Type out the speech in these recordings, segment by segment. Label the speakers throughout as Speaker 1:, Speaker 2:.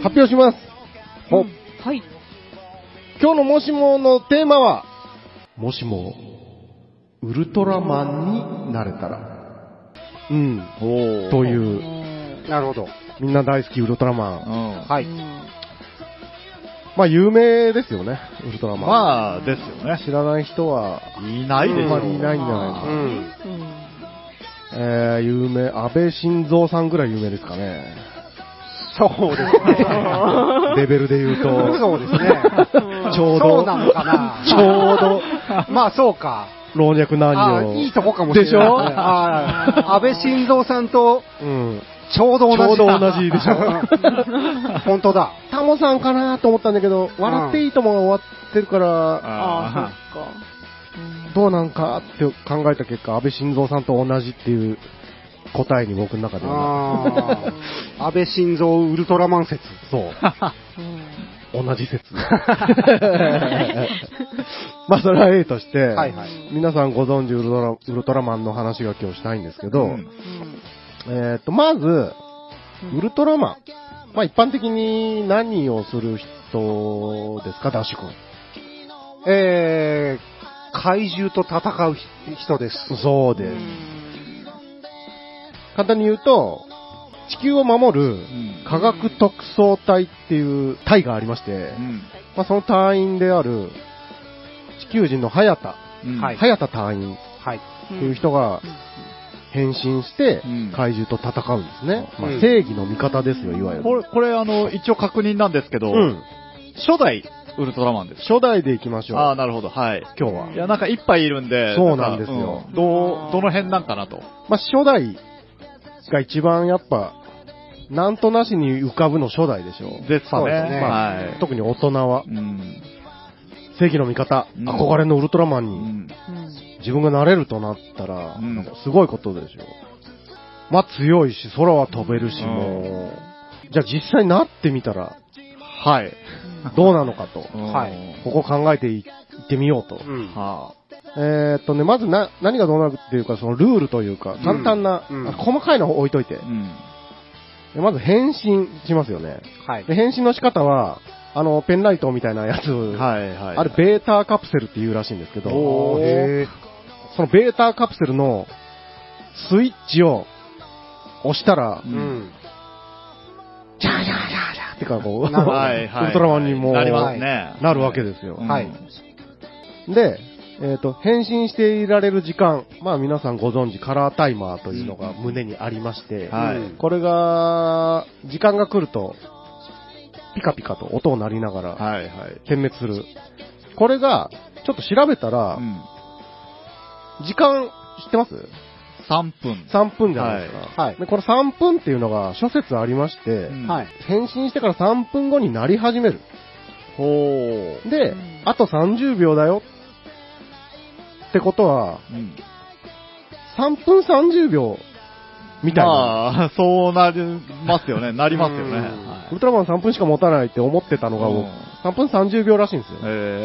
Speaker 1: 発表します。
Speaker 2: はい。
Speaker 1: 今日のもしものテーマは、もしも、ウルトラマンになれたら。という。
Speaker 3: なるほど。
Speaker 1: みんな大好きウルトラマン。
Speaker 3: はい。
Speaker 1: まあ有名ですよね、ウルトラマン。
Speaker 4: まあ、ですよね。
Speaker 1: 知らない人はい
Speaker 4: ないですよ。
Speaker 1: あんまりいないんじゃないかな。有名、安倍晋三さんぐらい有名ですかね。
Speaker 3: そうですね。
Speaker 1: レベルで言うと。
Speaker 3: そうですね。
Speaker 1: ちょうど。
Speaker 3: そうなのかな。
Speaker 1: ちょうど。
Speaker 3: まあそうか。
Speaker 1: 老若男女。
Speaker 3: いいとこかもしれない。
Speaker 1: でしょ？
Speaker 3: 安倍晋三さんと、ちょうど同じ。
Speaker 1: ちょうど同じでしょ。
Speaker 3: 本当だ。
Speaker 1: タモさんかなと思ったんだけど、笑っていいともが終わってるから、
Speaker 2: そっか。
Speaker 1: どうなんかって考えた結果、安倍晋三さんと同じっていう答えに僕の中では。
Speaker 3: 安倍晋三ウルトラマン説。
Speaker 1: そう。同じ説。まあそれは A として、皆さんご存知ウルトラマンの話が今日したいんですけど、まず、ウルトラマン。まあ一般的に何をする人ですか、ダッシュ君。
Speaker 3: 怪獣と戦う人です。
Speaker 1: そうです。簡単に言うと、地球を守る科学特捜隊っていう隊がありまして、まあ、その隊員である地球人の早田隊員っていう人が変身して怪獣と戦うんですね。まあ、正義の味方ですよ、いわゆる。
Speaker 4: これ一応確認なんですけど、初代ウルトラマンです。
Speaker 1: 初代でいきましょう。
Speaker 4: ああ、なるほど。はい。
Speaker 1: 今日は。
Speaker 4: いや、なんかいっぱいいるんで。
Speaker 1: そうなんですよ。
Speaker 4: どの辺なんかなと。
Speaker 1: まあ、初代が一番やっぱ、なんとなしに浮かぶの初代でしょ。
Speaker 4: ですかね。
Speaker 1: まあ、特に大人は。正義の味方、憧れのウルトラマンに、自分がなれるとなったら、なんかすごいことでしょ。まあ強いし、空は飛べるし、もう。じゃあ実際になってみたら、
Speaker 4: はい。
Speaker 1: どうなのかと。
Speaker 3: はい。
Speaker 1: ここ考えていってみようと。まず何がどうなるっていうか、そのルールというか、簡単な、細かいのを置いといて。まず変身しますよね。で変身の仕方は、ペンライトみたいなやつ、あれベータカプセルっていうらしいんですけど、そのベータカプセルのスイッチを押したら、ジャージャージャージャーってかこう、ウルトラマンにもなるわけですよ。で、変身していられる時間、まあ皆さんご存知カラータイマーというのが胸にありまして、これが、時間が来ると、ピカピカと音を鳴りながら、点滅する。これが、ちょっと調べたら、時間知ってます
Speaker 4: ?3 分。
Speaker 1: 3分じゃないですか。で、この3分っていうのが諸説ありまして、変身してから3分後に鳴り始める。で、あと30秒だよ。ってことは、3分30秒みたいな。
Speaker 4: まあ、そうなりますよね。なりますよね。
Speaker 1: ウルトラマン3分しか持たないって思ってたのが、3分30秒らしいんですよ。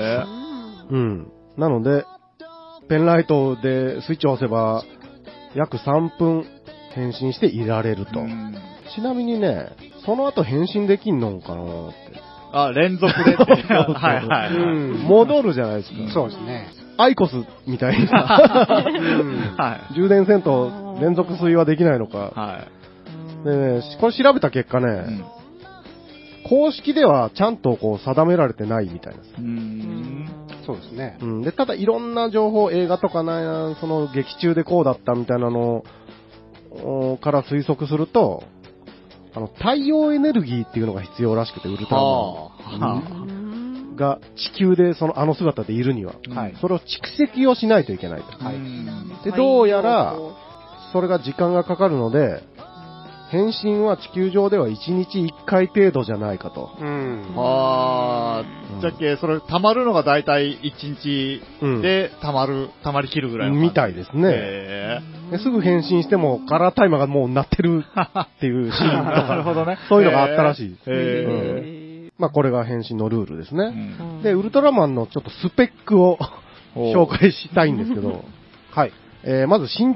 Speaker 1: なので、ペンライトでスイッチを押せば、約3分変身していられると。ちなみにね、その後変身できんのかなって。
Speaker 4: あ、連続でって。
Speaker 1: 戻るじゃないですか。
Speaker 3: そうですね。
Speaker 1: アイコスみたいにさ、充電せんと連続吸いはできないのか。でね、これ調べた結果ね、公式ではちゃんとこう定められてないみたいです。
Speaker 3: そうですね。
Speaker 1: で、ただいろんな情報、映画とかな、その劇中でこうだったみたいなのから推測すると、太陽エネルギーっていうのが必要らしくて、ウルトラマンが地球でその姿でいるには、それを蓄積をしないといけないと。で、どうやら、それが時間がかかるので、変身は地球上では1日1回程度じゃないかと。
Speaker 4: じゃっけ、それ、溜まるのがだいたい1日で溜まりきるぐらいの。
Speaker 1: みたいですね。すぐ変身しても、カラータイマーがもう鳴ってるっていうシーンとか、
Speaker 4: なるほどね。
Speaker 1: そういうのがあったらしいです。まあこれが変身のルールですね。で、ウルトラマンのちょっとスペックを紹介したいんですけど、まず身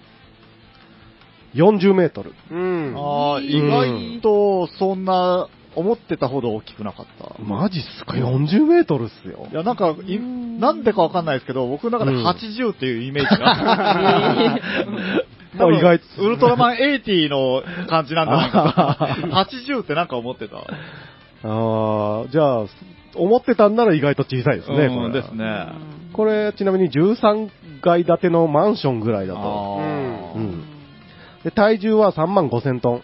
Speaker 1: 長。40メートル。
Speaker 4: 意外とそんな思ってたほど大きくなかった。
Speaker 1: マジっすか？ 40 メートルっすよ。
Speaker 4: いや、なんか、なんでかわかんないですけど、僕の中で80っていうイメージが。意外ウルトラマン80の感じなんだけど、80ってなんか思ってた。
Speaker 1: じゃあ、思ってたんなら意外と小さいですね、これ。
Speaker 4: ですね。
Speaker 1: これ、ちなみに13階建てのマンションぐらいだと。で、体重は35,000トン。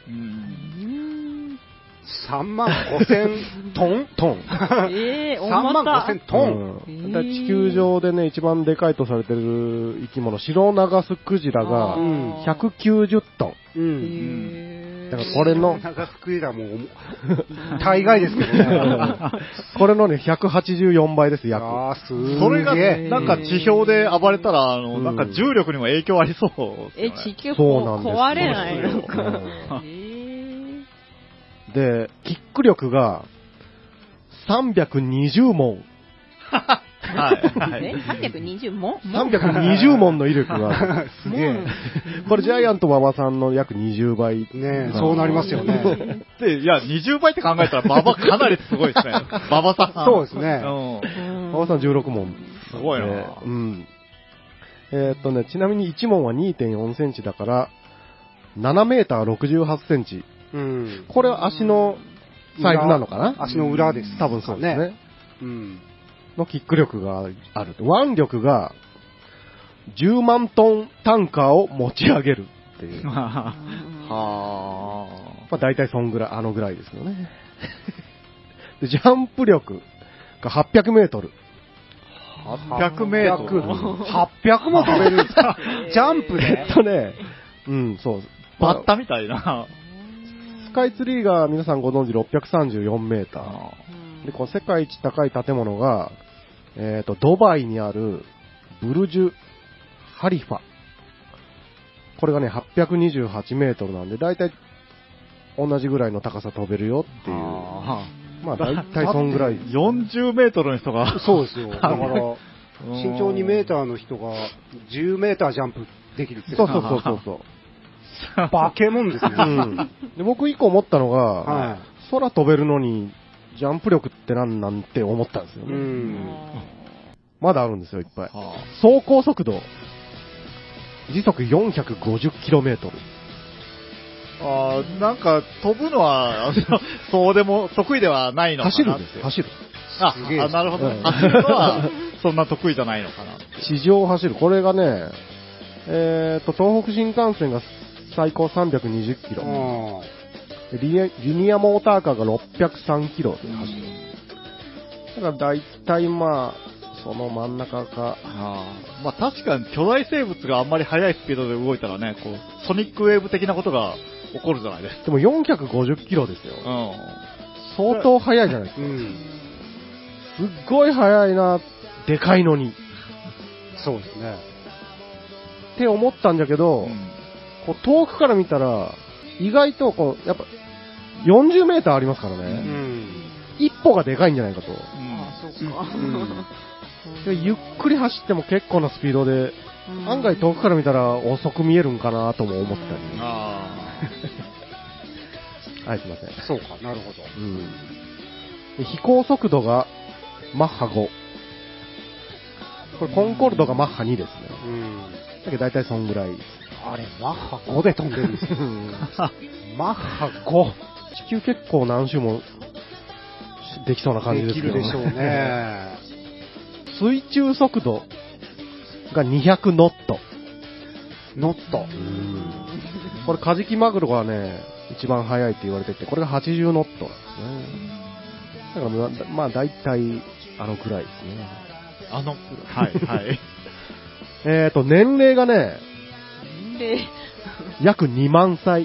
Speaker 3: 35,000トン
Speaker 1: トン。
Speaker 3: 35,000トン。
Speaker 1: 地球上でね、一番でかいとされてる生き物、シロナガスクジラが190トン。だからこれの、
Speaker 3: シロナガスクジラも大概ですけどね。
Speaker 1: これのね、184倍です、約。
Speaker 3: すげえ。
Speaker 4: それが、なんか地表で暴れたら、なんか重力にも影響ありそう。
Speaker 2: 地球壊れないのか。
Speaker 1: で、キック力が320問。
Speaker 4: はい。
Speaker 2: 320問
Speaker 1: ?320 問の威力がある。
Speaker 3: すげえ。
Speaker 1: これジャイアント馬場さんの約20倍。
Speaker 3: ね、そうなりますよね。
Speaker 4: で、いや、20倍って考えたら馬場かなりすごいですね。馬場さん。
Speaker 3: そうですね。
Speaker 1: 馬場さん16問。
Speaker 4: すごいな。
Speaker 1: ちなみに1問は 2.4 センチだから、7メーター68センチ。これは足のサイズなのかな？
Speaker 3: 足の裏です。
Speaker 1: 多分そうですね。のキック力がある。腕力が10万トンタンカーを持ち上げるっていう。まあ大体そんぐらい、あのぐらいですよね。で、ジャンプ力が800メートル。
Speaker 4: 800メートル。
Speaker 3: 800も飛べるんですか？ジャンプで
Speaker 1: そう。
Speaker 4: バッタみたいな。
Speaker 1: スカイツリーが皆さんご存知634メーター。で、この世界一高い建物が、ドバイにあるブルジュ・ハリファ。これがね、828メートルなんで、だいたい同じぐらいの高さ飛べるよっていう。まあ、だいたいそんぐらい。
Speaker 4: 40メートルの人が。
Speaker 3: そうですよ。だから、身長2メーターの人が10メータージャンプできるって。
Speaker 1: そう。
Speaker 3: 化け物ですね。
Speaker 1: で僕一個思ったのが、空飛べるのにジャンプ力ってなんて思ったんですよね。まだあるんですよ、いっぱい。走行速度、時速 450km。
Speaker 4: なんか飛ぶのは、そうでも得意ではないのかな。
Speaker 1: 走るんですよ、走る。
Speaker 4: なるほど。走るのは、そんな得意じゃないのかな。
Speaker 1: 地上を走る。これがね、東北新幹線が最高320キロ。リニアモーターカーが603キロで走る。だから大体まあ、その真ん中か。
Speaker 4: まあ確かに巨大生物があんまり速いスピードで動いたらね、こう、ソニックウェーブ的なことが起こるじゃないですか。
Speaker 1: でも450キロですよ。相当速いじゃないですか。すっごい速いな、でかいのに。
Speaker 3: そうですね。
Speaker 1: って思ったんだけど、こう遠くから見たら、意外とこう、やっぱ、40メーターありますからね。一歩がでかいんじゃないかと。
Speaker 2: そうか。
Speaker 1: でゆっくり走っても結構なスピードで、案外遠くから見たら遅く見えるんかなとも思ったり。はい、すいません。
Speaker 3: そうか、なるほど。
Speaker 1: で飛行速度がマッハ5。これコンコルドがマッハ2ですね。だけど大体そんぐらい。
Speaker 3: あれ、マッハ5で飛んでるんですよ。マッハ 5。
Speaker 1: 地球結構何周もできそうな感じですけどね。
Speaker 3: できるでしょうね。
Speaker 1: 水中速度が200ノット。
Speaker 3: ノット。
Speaker 1: これカジキマグロがね、一番速いって言われてて、これが80ノットですね。だからまあ大体あのくらいですね。
Speaker 4: はい。
Speaker 1: 年齢がね、約2万歳。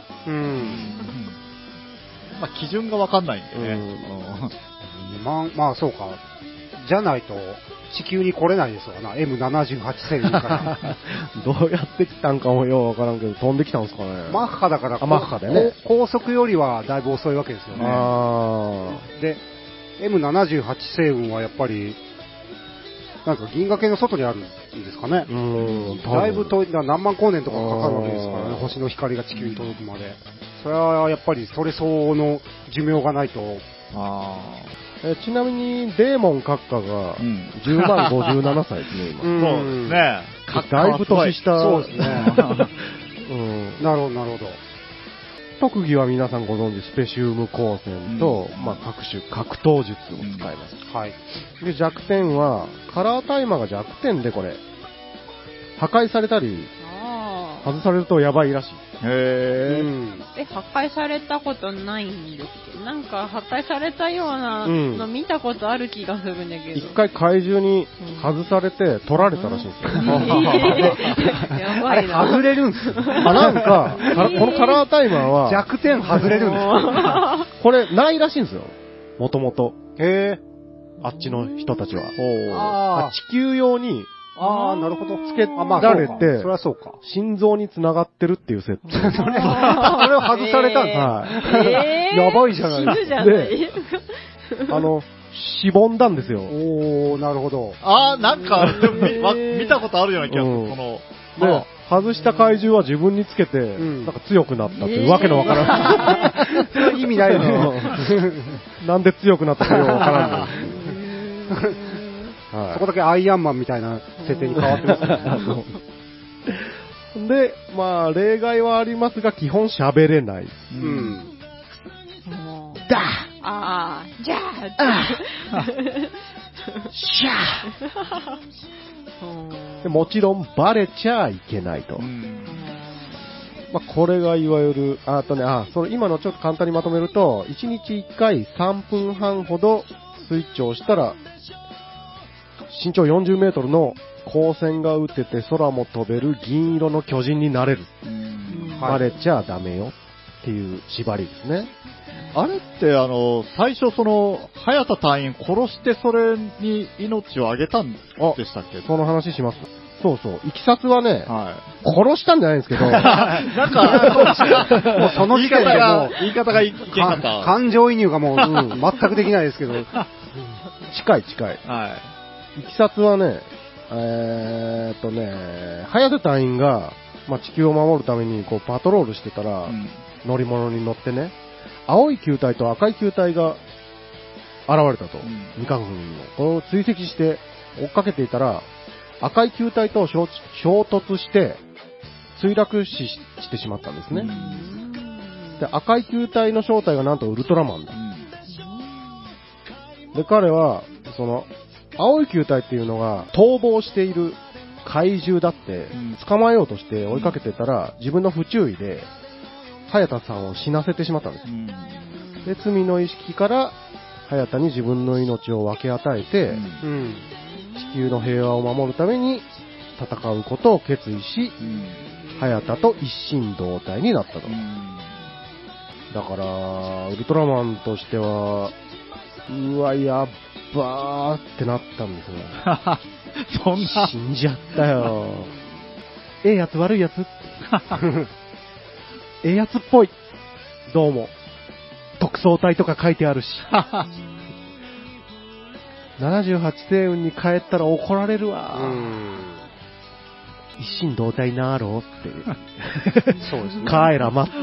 Speaker 4: まあ基準がわかんないんでね。
Speaker 3: 2万、まあそうか。じゃないと地球に来れないですわな。M78 星雲から。
Speaker 1: どうやって来たんかもようわからんけど、飛んできたんですかね。
Speaker 3: マッハだから、
Speaker 1: マッハでね。
Speaker 3: 高速よりはだいぶ遅いわけですよね。で、M78 星雲はやっぱり、なんか銀河系の外にあるんですかね。だいぶ遠い、何万光年とかかかるわけですからね。星の光が地球に届くまで。それはやっぱりそれ相応の寿命がないと
Speaker 1: ちなみに、デーモン閣下が、10万57歳ですね、今。
Speaker 4: そうですね。
Speaker 1: だいぶ年下。
Speaker 3: そうですね。なるほど、なるほど。
Speaker 1: 特技は皆さんご存知、スペシウム光線と、各種格闘術を使います。
Speaker 3: はい。
Speaker 1: で、弱点は、カラータイマーが弱点でこれ、破壊されたり、外されるとやばいらしい。
Speaker 2: 破壊されたことないんですけど、なんか破壊されたようなの見たことある気がするんだけど。
Speaker 1: 一回怪獣に外されて取られたらしいんですよ。
Speaker 2: やばいな。
Speaker 3: 外れるんですよ。
Speaker 1: なんか、このカラータイマーは、
Speaker 3: 弱点外れるんですよ。
Speaker 1: これないらしいんですよ。もともと。
Speaker 3: へ
Speaker 1: あっちの人たちは。
Speaker 3: 地
Speaker 1: 球用に、
Speaker 3: なるほど。
Speaker 1: つけられて、
Speaker 3: そりゃそうか。
Speaker 1: 心臓に繋がってるっていう設定。それを
Speaker 3: 外されたんですか？やばいじゃないですか。
Speaker 1: で、しぼんだんですよ。
Speaker 3: なるほど。
Speaker 4: なんか、見たことあるような気がする。
Speaker 1: で、外した怪獣は自分につけて、なんか強くなったっていうわけのわからない。
Speaker 3: それ意味ないの。
Speaker 1: なんで強くなったかよくわからない。
Speaker 3: そこだけアイアンマンみたいな設定に変わってます
Speaker 1: ね。で、例外はありますが、基本喋れない。だ
Speaker 2: じゃあ
Speaker 1: シャーもちろんバレちゃいけないと。これがいわゆる、今のちょっと簡単にまとめると、1日1回3分半ほどスイッチを押したら、身長40メートルの光線が打てて空も飛べる銀色の巨人になれる。バレちゃダメよっていう縛りですね。
Speaker 4: あれって最初早田隊員殺してそれに命をあげたんでしたっけ？
Speaker 1: その話します。そうそう。いきさつはね、殺したんじゃないんですけど、
Speaker 4: なんか、
Speaker 3: もうその時点でも
Speaker 4: 言い方がいけなかった。
Speaker 3: 感情移入がもう、全くできないですけど。
Speaker 1: 近い。いきさつはね、早手隊員が、地球を守るためにパトロールしてたら、乗り物に乗ってね、青い球体と赤い球体が現れたと。未確認の。これを追跡して追っかけていたら、赤い球体と衝突して墜落してしまったんですね。で、赤い球体の正体がなんとウルトラマンだ。で、彼は、青い球体っていうのが逃亡している怪獣だって捕まえようとして追いかけてたら、自分の不注意で早田さんを死なせてしまったんです。で、罪の意識から早田に自分の命を分け与えて、地球の平和を守るために戦うことを決意し、早田と一心同体になったと。だから、ウルトラマンとしては、うわ、やっばーってなったんですよ。
Speaker 4: そんな。
Speaker 1: 死んじゃったよ。ええやつ悪いやつええやつっぽい。どうも。特捜隊とか書いてあるし。78星雲に帰ったら怒られるわ。一心同体なろうって。そうですね。帰ら待って。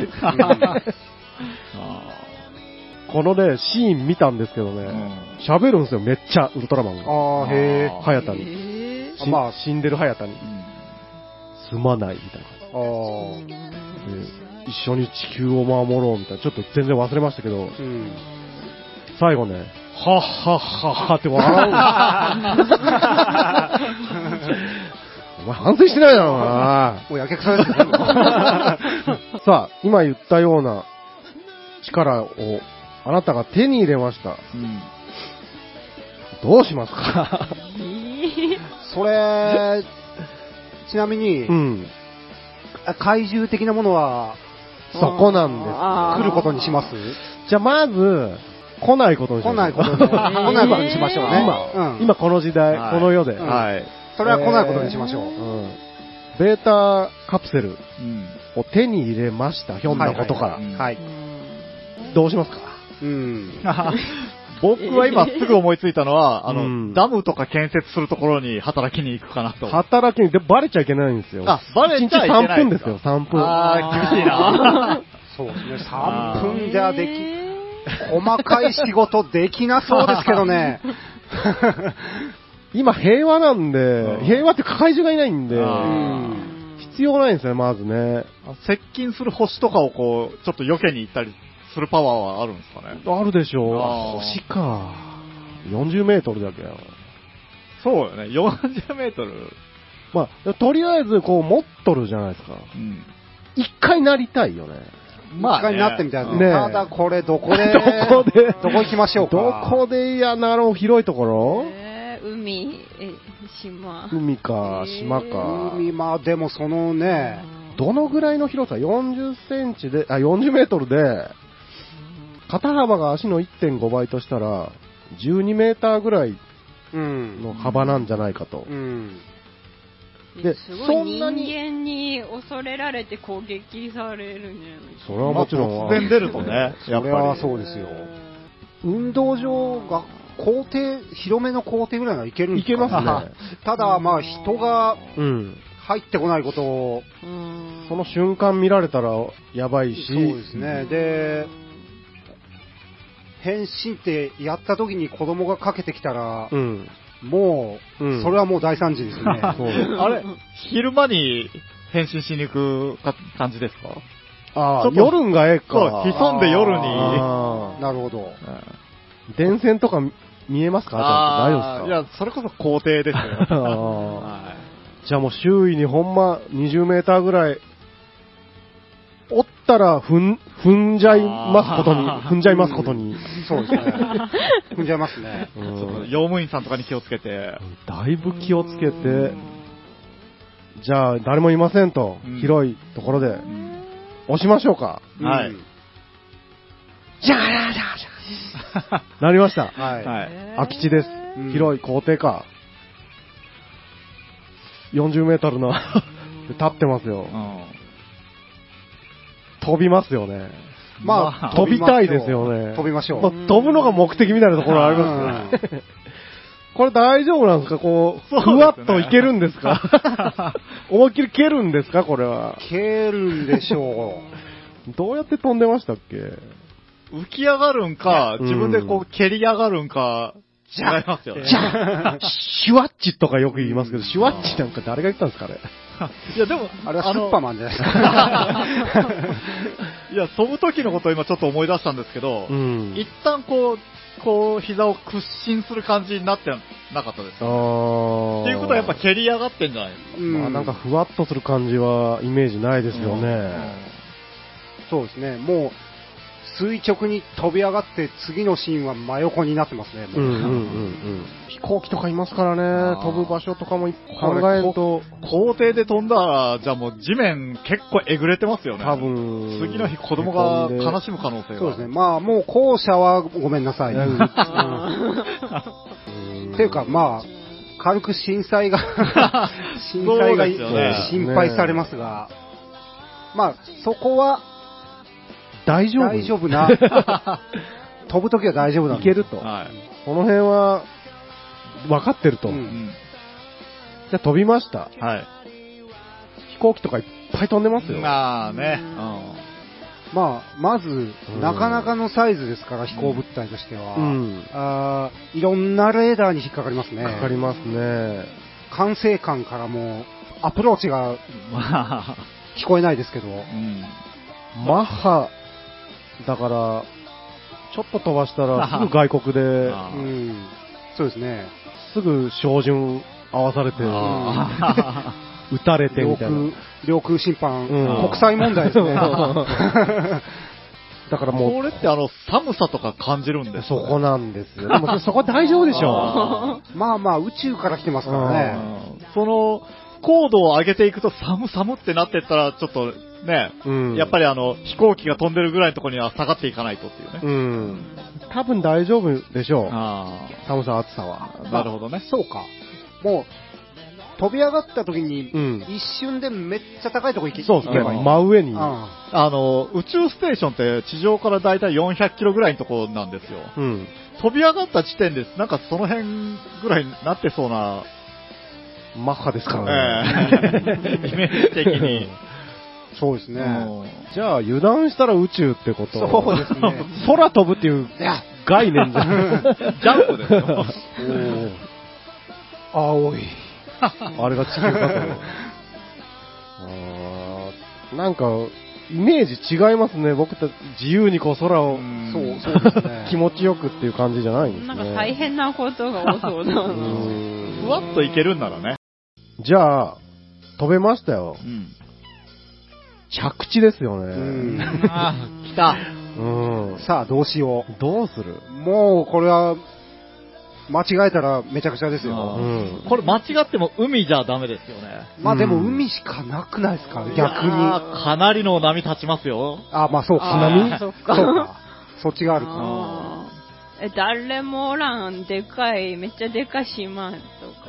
Speaker 1: このね、シーン見たんですけどね、喋るんですよ、めっちゃ、ウルトラマンが。早田に。死んでる早田に。すまない、みたいな感じ。一緒に地球を守ろう、みたいな。ちょっと全然忘れましたけど、最後ね、はっはっはっはって笑う。お前反省してないだろうな。
Speaker 3: もうやけくそですね。
Speaker 1: さあ、今言ったような力をあなたが手に入れました。どうしますか？
Speaker 3: それ、ちなみに、怪獣的なものは、
Speaker 1: そこなんです。
Speaker 3: 来ることにします？
Speaker 1: じゃあまず、来ないことにしましょう。
Speaker 3: 来ないことにしましょうね。
Speaker 1: 今この時代、この世で。
Speaker 3: それは来ないことにしましょう。
Speaker 1: ベータカプセルを手に入れました。ひょんなことから。どうしますか？
Speaker 4: 僕は今すぐ思いついたのは、ダムとか建設するところに働きに行くかなと。
Speaker 1: 働きに、で、バレちゃいけないんですよ。
Speaker 4: バレちゃいけない。
Speaker 1: 1日3分ですよ、3分。
Speaker 4: 厳しいな。
Speaker 3: そうですね、3分じゃでき、 細かい仕事できなそうですけどね。
Speaker 1: 今平和なんで、平和って怪獣がいないんで、必要ないんですよね、まずね。
Speaker 4: 接近する星とかをこう、ちょっと避けに行ったりするパワーはあるんですかね。
Speaker 1: あるでしょう。星か。40メートルだけ。
Speaker 4: そうよね、40メートル。
Speaker 1: まあ、とりあえずこう持っとるじゃないですか。一回なりたいよね。
Speaker 3: まあ、一回なってみたいですね。ただこれどこで、どこ行きましょうか。
Speaker 1: どこでやなろう、広いところ
Speaker 2: 海、島。
Speaker 1: 海か、島か。
Speaker 3: 海、まあでもそのね、
Speaker 1: どのぐらいの広さ ?40 センチで、40メートルで、肩幅が足の 1.5 倍としたら、12メーターぐらいの幅なんじゃないかと。
Speaker 2: で、そんなに人間に恐れられて攻撃されるんじゃないですか。
Speaker 1: それはもちろん。
Speaker 4: 突然出るとね、
Speaker 3: やっぱり。それはそうですよ。運動場が、校庭、広めの校庭ぐらいは行けるんですか？
Speaker 1: 行けますね。
Speaker 3: ただ、まあ人が入ってこないことを、
Speaker 1: その瞬間見られたらやばいし。そう
Speaker 3: ですね。で、変身ってやった時に子供がかけてきたら、もう、それはもう大惨事ですね。
Speaker 4: あれ、昼間に変身しに行く感じですか？
Speaker 1: ああ、夜がええか。
Speaker 4: 潜んで夜に。
Speaker 3: なるほど。
Speaker 1: 電線とか見えますか？大丈夫ですか？
Speaker 4: いや、それこそ校庭ですよ。
Speaker 1: じゃあもう周囲にほんま20メーターぐらい、おったら踏んじゃいますことに。
Speaker 3: そうですね。踏んじゃいますね。
Speaker 4: 用務員さんとかに気をつけて。
Speaker 1: だいぶ気をつけて、じゃあ誰もいませんと、広いところで、押しましょうか。
Speaker 4: はい。
Speaker 1: じゃあなりました。
Speaker 3: はい。
Speaker 1: 空き地です。広い校庭か。40メートルの立ってますよ。飛びますよね。
Speaker 3: まあ、
Speaker 1: 飛びたいですよね。
Speaker 3: 飛びましょう。
Speaker 1: 飛ぶのが目的みたいなところありますね。これ大丈夫なんですか？こう、ふわっといけるんですか？思いっきり蹴るんですか？これは。
Speaker 3: 蹴るんでしょ
Speaker 1: う。どうやって飛んでましたっけ？
Speaker 4: 浮き上がるんか、自分でこう蹴り上がるんか、違いますよね。
Speaker 1: じゃあ、シュワッチとかよく言いますけど、シュワッチなんか誰が言ったんですかね？
Speaker 4: いやでも、
Speaker 3: あれはスッパーマンじゃないですか。
Speaker 4: いや、飛ぶ時のことを今ちょっと思い出したんですけど、一旦こう、膝を屈伸する感じになってなかったですか？っていうことはやっぱ蹴り上がってんじゃないですか？
Speaker 1: まあなんかふわっとする感じはイメージないですよね。
Speaker 3: そうですね。もう、垂直に飛び上がって次のシーンは真横になってますね。飛
Speaker 1: 行機とかいますからね、飛ぶ場所とかも考えると。
Speaker 4: 校庭で飛んだら、じゃあもう地面結構えぐれてますよね。
Speaker 1: 多分。
Speaker 4: 次の日子供が悲しむ可能性が。
Speaker 3: そうですね。まあもう後者はごめんなさい。っていうかまあ、軽く震災が心配されますが、まあそこは、
Speaker 1: 大丈
Speaker 3: 夫な。飛ぶときは大丈夫だ。
Speaker 1: いけると。この辺は、分かってると。じゃあ飛びました。飛行機とかいっぱい飛んでますよ。
Speaker 4: まあね。
Speaker 3: まあ、まず、なかなかのサイズですから、飛行物体としては。いろんなレーダーに引っかかりますね。
Speaker 1: かかりますね。
Speaker 3: 管制官からも、アプローチが、聞こえないですけど。
Speaker 1: マッハ、だから、ちょっと飛ばしたらすぐ外国で、
Speaker 3: そうですね。
Speaker 1: すぐ照準合わされて、撃たれてみたいな。
Speaker 3: 領空侵犯、国際問題ですね。
Speaker 1: だからもう。
Speaker 4: これって寒さとか感じるんです
Speaker 1: そこなんですよ。でもそこは大丈夫でしょ
Speaker 3: う。まあまあ宇宙から来てますからね。
Speaker 4: 高度を上げていくと寒ってなってったら、ちょっとね、やっぱり飛行機が飛んでるぐらいのところには下がっていかないとっていうね。
Speaker 1: 多分大丈夫でしょう。寒さ、暑さは。
Speaker 4: なるほどね。
Speaker 3: そうか。もう、飛び上がった時に、一瞬でめっちゃ高いとこ行けばいい。
Speaker 1: そうですね。真上に。
Speaker 4: 宇宙ステーションって地上からだいたい400キロぐらいのところなんですよ。飛び上がった地点で、なんかその辺ぐらいになってそうな。
Speaker 1: マッハですからね。
Speaker 4: イメージ的に。
Speaker 3: そうですね。
Speaker 1: じゃあ、油断したら宇宙ってこと。
Speaker 3: そうですね。
Speaker 1: 空飛ぶっていう概念じゃん。
Speaker 4: ジャンプですよ。
Speaker 3: 青い。
Speaker 1: あれが地球かと。なんか、イメージ違いますね。僕たち自由にこう空を、
Speaker 3: そうですね。
Speaker 1: 気持ちよくっていう感じじゃないんですね。
Speaker 2: なんか大変なことが多そうだな。
Speaker 4: ふわっといけるんならね。
Speaker 1: じゃあ、飛べましたよ。着地ですよね。
Speaker 4: 来た。
Speaker 3: さあ、どうしよ
Speaker 1: う。どうする？
Speaker 3: もう、これは、間違えたらめちゃくちゃですよ。
Speaker 4: これ間違っても海じゃダメですよね。
Speaker 3: まあでも海しかなくないですか、逆に。
Speaker 4: かなりの波立ちますよ。
Speaker 3: まあそうか。
Speaker 2: 波？そっか。
Speaker 3: そうか。そっちがあるか。
Speaker 2: 誰もおらん、めっちゃでかい島とか。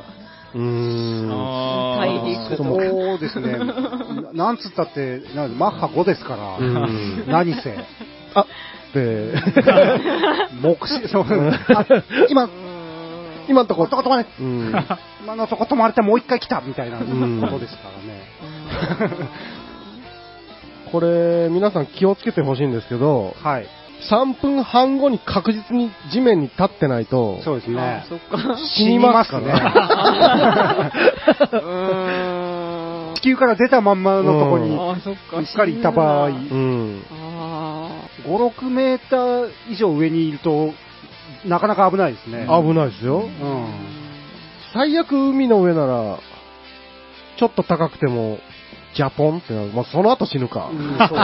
Speaker 2: 大陸とか。
Speaker 3: そうですね。なんつったって、マッハ5ですから、何せ。目視、そう、今のとこ止まれ、今のとこ止まれてもう一回来たみたいなことですからね。
Speaker 1: これ、皆さん気をつけてほしいんですけど、
Speaker 3: はい。
Speaker 1: 3分半後に確実に地面に立ってないと、
Speaker 3: そうですね。
Speaker 2: そっか。
Speaker 1: 死にますから
Speaker 3: ね。地球から出たまんまのとこに、うっかりいた場合、5、6メーター以上上にいると、なかなか危ないですね。
Speaker 1: 危ないですよ。最悪海の上なら、ちょっと高くても、ジャポンってなる。まあ、その後死ぬか。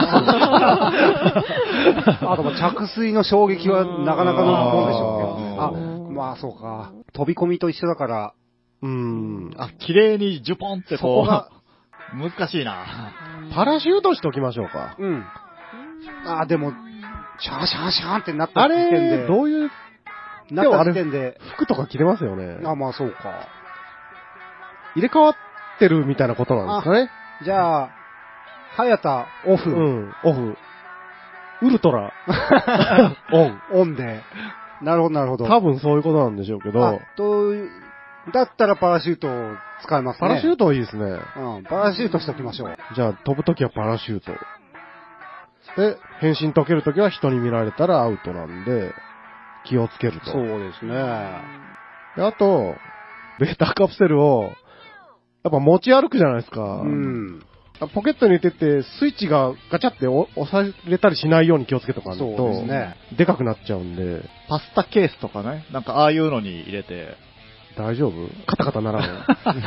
Speaker 3: あと、着水の衝撃はなかなかのもんでしょうけど。まあ、そうか。飛び込みと一緒だから。
Speaker 4: 綺麗にジュポンってこう、難しいな。
Speaker 1: パラシュートしておきましょうか。
Speaker 3: でも、シャーシャーシャーってなった時点で。
Speaker 1: あれ、どういう、
Speaker 3: なった時点で。
Speaker 1: 服とか着れますよね。
Speaker 3: まあ、そうか。
Speaker 1: 入れ替わってるみたいなことなんですかね。
Speaker 3: じゃあ、早田、オフ。
Speaker 1: オフ。ウルトラ、
Speaker 3: オンで。なるほど、なるほど。
Speaker 1: 多分そういうことなんでしょうけど。
Speaker 3: だったらパラシュートを使いますね。
Speaker 1: パラシュートいいですね。
Speaker 3: パラシュートしておきましょう。
Speaker 1: じゃあ、飛ぶときはパラシュート。で、変身解けるときは人に見られたらアウトなんで、気をつけると。
Speaker 3: そうですね。
Speaker 1: で、あと、ベータカプセルを、やっぱ持ち歩くじゃないですか。ポケットに入れてて、スイッチがガチャって押されたりしないように気をつけとかないと、
Speaker 3: そうですね。
Speaker 1: でかくなっちゃうんで。
Speaker 4: パスタケースとかね、なんかああいうのに入れて。
Speaker 1: 大丈夫？カタカタならない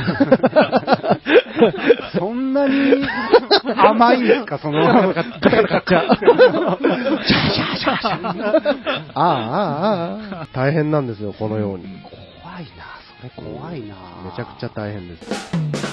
Speaker 3: そんなに甘いんですか、その。
Speaker 1: カタカタ買っちゃう。大変なんですよ、このように。
Speaker 3: 怖いな、それ怖いな。
Speaker 1: めちゃくちゃ大変です。